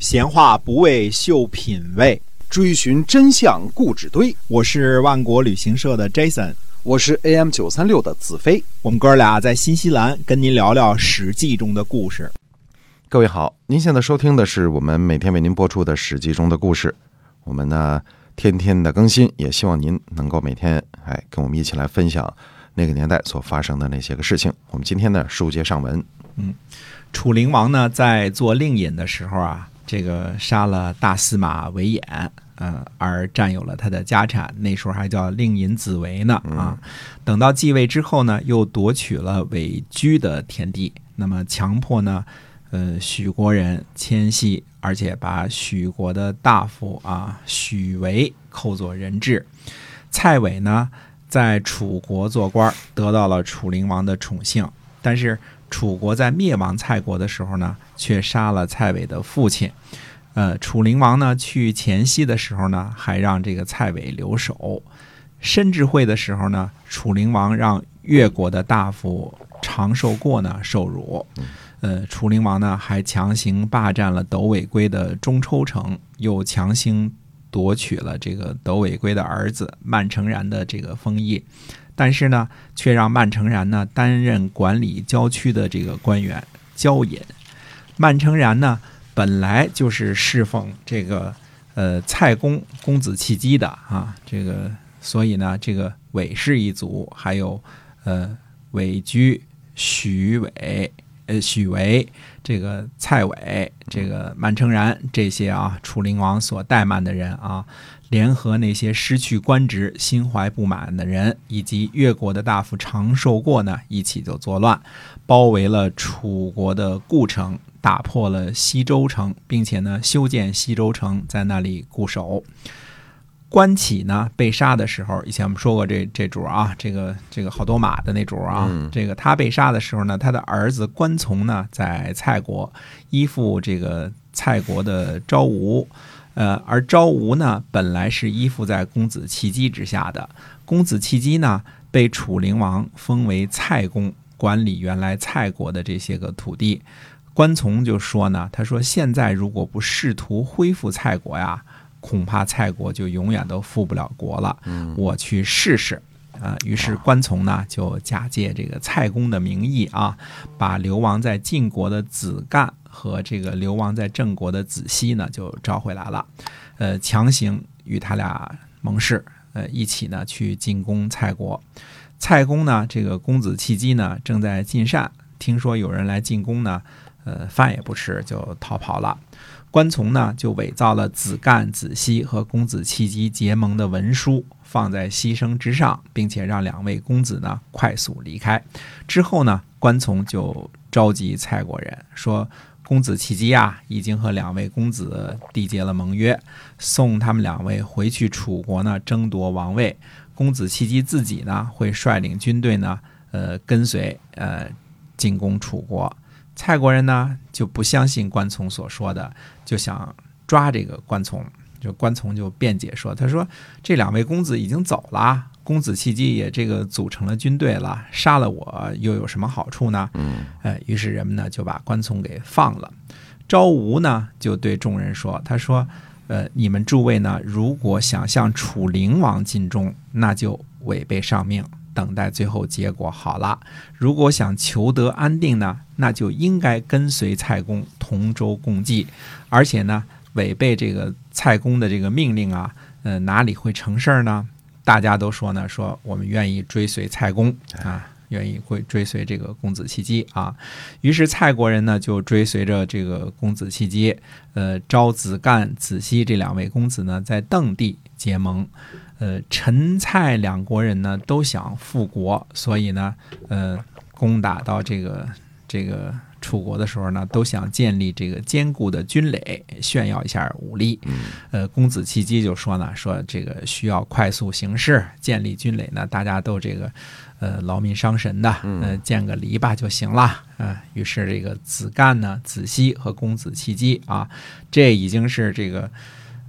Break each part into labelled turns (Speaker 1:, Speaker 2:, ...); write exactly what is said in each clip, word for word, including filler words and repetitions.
Speaker 1: 闲话不为秀品味，
Speaker 2: 追寻真相故纸堆。
Speaker 1: 我是万国旅行社的 Jason，
Speaker 2: 我是 A M 九三六 的子飞。
Speaker 1: 我们哥俩在新西兰跟您聊聊史记中的故事。
Speaker 3: 各位好，您现在收听的是我们每天为您播出的史记中的故事。我们呢天天的更新，也希望您能够每天哎跟我们一起来分享那个年代所发生的那些个事情。我们今天呢书接上文。
Speaker 1: 嗯，楚灵王呢在做令尹的时候啊，这个杀了大司马韦衍，呃，而占有了他的家产，那时候还叫令尹子维呢啊。等到继位之后呢，又夺取了韦居的田地，那么强迫呢，呃，许国人迁徙，而且把许国的大夫啊许惟扣作人质。蔡伟呢，在楚国做官，得到了楚灵王的宠幸，但是楚国在灭亡蔡国的时候呢，却杀了蔡伟的父亲。呃，楚灵王呢去黔西的时候呢，还让这个蔡伟留守。申智会的时候呢，楚灵王让越国的大夫长寿过呢受辱。呃，楚灵王呢还强行霸占了斗尾圭的中抽城，又强行夺取了这个斗尾圭的儿子曼成然的这个封邑。但是呢，却让曼成然呢担任管理郊区的这个官员交尹。曼成然呢本来就是侍奉这个呃蔡公公子契机的啊，这个所以呢，这个韦氏一族还有呃韦居、许韦、呃许惟、这个蔡伟、这个曼成然这些啊楚灵王所怠慢的人啊，联合那些失去官职、心怀不满的人，以及越国的大夫长寿过呢，一起就作乱，包围了楚国的故城，打破了西周城，并且呢修建西周城，在那里固守。关启呢被杀的时候，以前我们说过这这主啊，这个这个好多马的那主啊，嗯、这个他被杀的时候呢，他的儿子关从呢在蔡国依附这个蔡国的昭吴。呃，而昭吴呢，本来是依附在公子契机之下的。公子契机呢，被楚灵王封为蔡公，管理原来蔡国的这些个土地。关从就说呢，他说现在如果不试图恢复蔡国呀，恐怕蔡国就永远都复不了国了。我去试试。呃，于是关从呢就假借这个蔡公的名义啊，把流亡在晋国的子干和这个流亡在郑国的子西呢就召回来了，呃，强行与他俩盟誓，呃，一起呢去进攻蔡国。蔡公呢，这个公子契机呢正在进膳，听说有人来进攻呢，呃，饭也不吃就逃跑了。关从呢就伪造了子干、子西和公子契机结盟的文书，放在牺牲之上，并且让两位公子呢快速离开。之后呢，关从就召集蔡国人说，公子契机啊已经和两位公子缔结了盟约，送他们两位回去楚国呢争夺王位。公子契机自己呢会率领军队呢呃跟随呃进攻楚国。蔡国人呢就不相信关从所说的，就想抓这个关从。就关从就辩解说，他说这两位公子已经走了，公子契机也这个组成了军队了，杀了我又有什么好处呢？嗯，呃，于是人们呢就把关从给放了。昭吴呢就对众人说，他说，呃，你们诸位呢，如果想向楚灵王尽忠，那就违背上命，等待最后结果好了。如果想求得安定呢，那就应该跟随蔡公同舟共济，而且呢，违背这个蔡公的这个命令啊，呃，哪里会成事呢？大家都说呢，说我们愿意追随蔡公啊，愿意会追随这个公子契机啊。于是蔡国人呢就追随着这个公子契机，呃，召子干、子西这两位公子呢在邓地结盟。呃，陈蔡两国人呢都想复国，所以呢，呃，攻打到这个这个楚国的时候呢，都想建立这个坚固的军垒，炫耀一下武力。呃，公子契机就说呢，说这个需要快速行事，建立军垒呢，大家都这个呃劳民伤神的，呃，建个篱笆就行了啊、呃。于是这个子干呢、子西和公子契机啊，这已经是这个。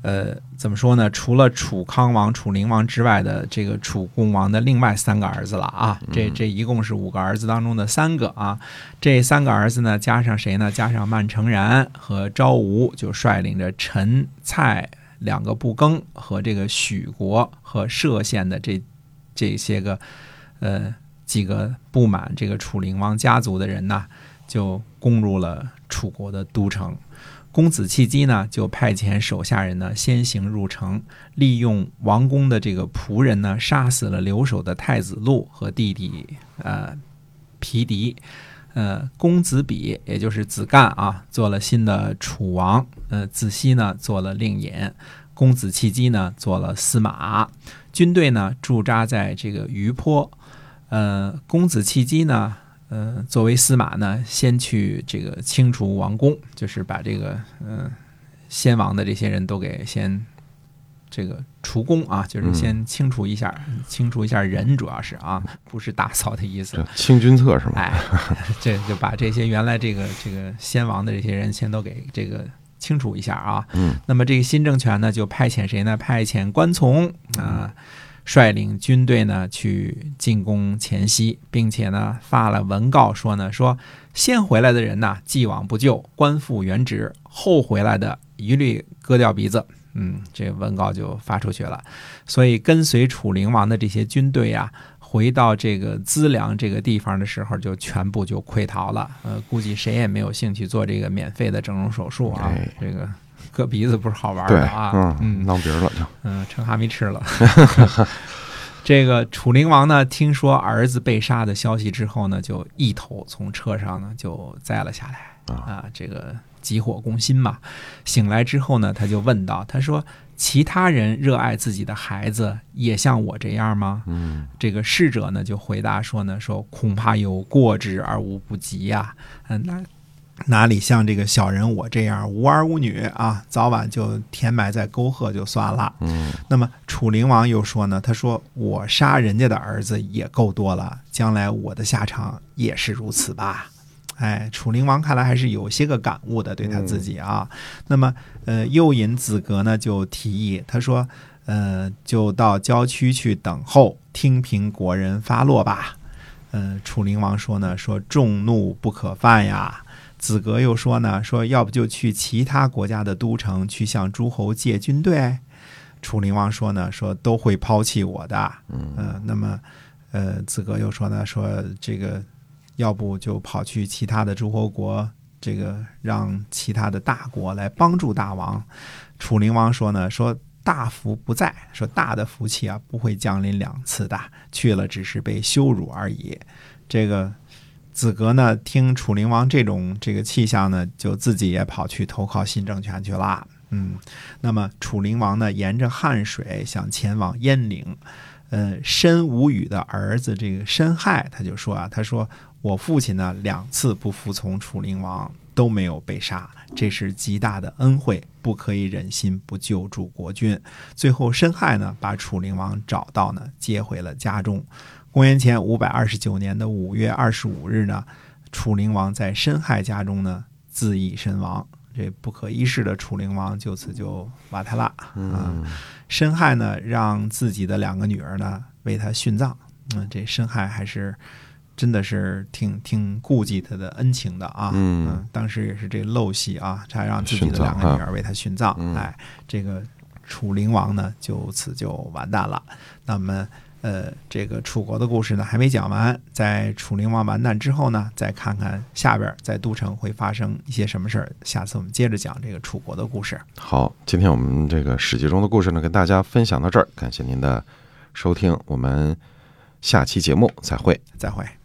Speaker 1: 呃，怎么说呢？除了楚康王、楚灵王之外的这个楚共王的另外三个儿子了啊，这这一共是五个儿子当中的三个啊。这三个儿子呢，加上谁呢？加上曼成然和昭吴，就率领着陈、蔡两个部更和这个许国和歙县的这这些个呃几个不满这个楚灵王家族的人呢，就攻入了楚国的都城。公子弃姬呢，就派遣手下人呢先行入城，利用王宫的这个仆人呢，杀死了留守的太子路和弟弟呃皮迪。呃，公子比也就是子干啊，做了新的楚王。呃，子西呢做了令尹，公子弃姬呢做了司马。军队呢驻扎在这个余坡。呃，公子弃姬呢。呃，作为司马呢，先去这个清除王宫，就是把这个呃先王的这些人都给先这个除宫啊，就是先清除一下，嗯、清除一下人，主要是啊，不是打扫的意思。
Speaker 3: 清君侧是吗？
Speaker 1: 哎，这就把这些原来这个这个先王的这些人先都给这个清除一下啊。
Speaker 3: 嗯。
Speaker 1: 那么这个新政权呢，就派遣谁呢？派遣关从啊。呃率领军队呢去进攻黔西，并且呢发了文告说呢说先回来的人呢既往不咎，官复原职，后回来的一律割掉鼻子。嗯，这文告就发出去了。所以跟随楚灵王的这些军队啊，回到这个资梁这个地方的时候，就全部就溃逃了。呃，估计谁也没有兴趣做这个免费的整容手术啊，
Speaker 3: 哎、
Speaker 1: 这个。割鼻子不是好玩的啊，
Speaker 3: 嗯嗯，闹别了就，
Speaker 1: 嗯，成哈密吃了。这个楚灵王呢，听说儿子被杀的消息之后呢，就一头从车上呢就栽了下来啊，这个急火攻心嘛。醒来之后呢，他就问道：“他说，其他人热爱自己的孩子，也像我这样吗？”
Speaker 3: 嗯，
Speaker 1: 这个侍者呢就回答说呢：“说恐怕有过之而无不及呀、啊。”嗯，那。哪里像这个小人我这样无儿无女啊，早晚就填埋在沟壑就算了。
Speaker 3: 嗯，
Speaker 1: 那么楚灵王又说呢，他说我杀人家的儿子也够多了，将来我的下场也是如此吧。哎，楚灵王看来还是有些个感悟的，对他自己啊。嗯、那么呃，右尹子格呢就提议，他说呃，就到郊区去等候，听凭国人发落吧。呃，楚灵王说呢，说众怒不可犯呀。子格又说呢，说要不就去其他国家的都城去向诸侯借军队。楚灵王说呢，说都会抛弃我的。嗯、呃，那么，呃，子格又说呢，说这个要不就跑去其他的诸侯国，这个让其他的大国来帮助大王。楚灵王说呢，说大福不在，说大的福气啊不会降临两次的，去了只是被羞辱而已。这个。子格呢，听楚灵王这种这个气象呢，就自己也跑去投靠新政权去了。嗯，那么楚灵王呢，沿着汉水想前往鄢陵。呃，申无宇的儿子这个申亥，他就说啊，他说我父亲呢两次不服从楚灵王，都没有被杀，这是极大的恩惠，不可以忍心不救助国君。最后申亥呢，把楚灵王找到呢，接回了家中。公元前五百二十九年的五月二十五日呢，楚灵王在申亥家中呢自缢身亡。这不可一世的楚灵王就此就瓦特了啊。申亥呢，让自己的两个女儿呢为他殉葬。嗯，这申亥还是真的是挺挺顾忌他的恩情的啊。
Speaker 3: 嗯，
Speaker 1: 嗯当时也是这陋习啊，他让自己的两个女儿为他殉葬。
Speaker 3: 嗯、
Speaker 1: 哎，这个楚灵王呢就此就完蛋了。那么。呃，这个楚国的故事呢还没讲完，在楚灵王完蛋之后呢，再看看下边在都城会发生一些什么事儿。下次我们接着讲这个楚国的故事。
Speaker 3: 好，今天我们这个史记中的故事呢，跟大家分享到这儿，感谢您的收听，我们下期节目再会，
Speaker 1: 再会。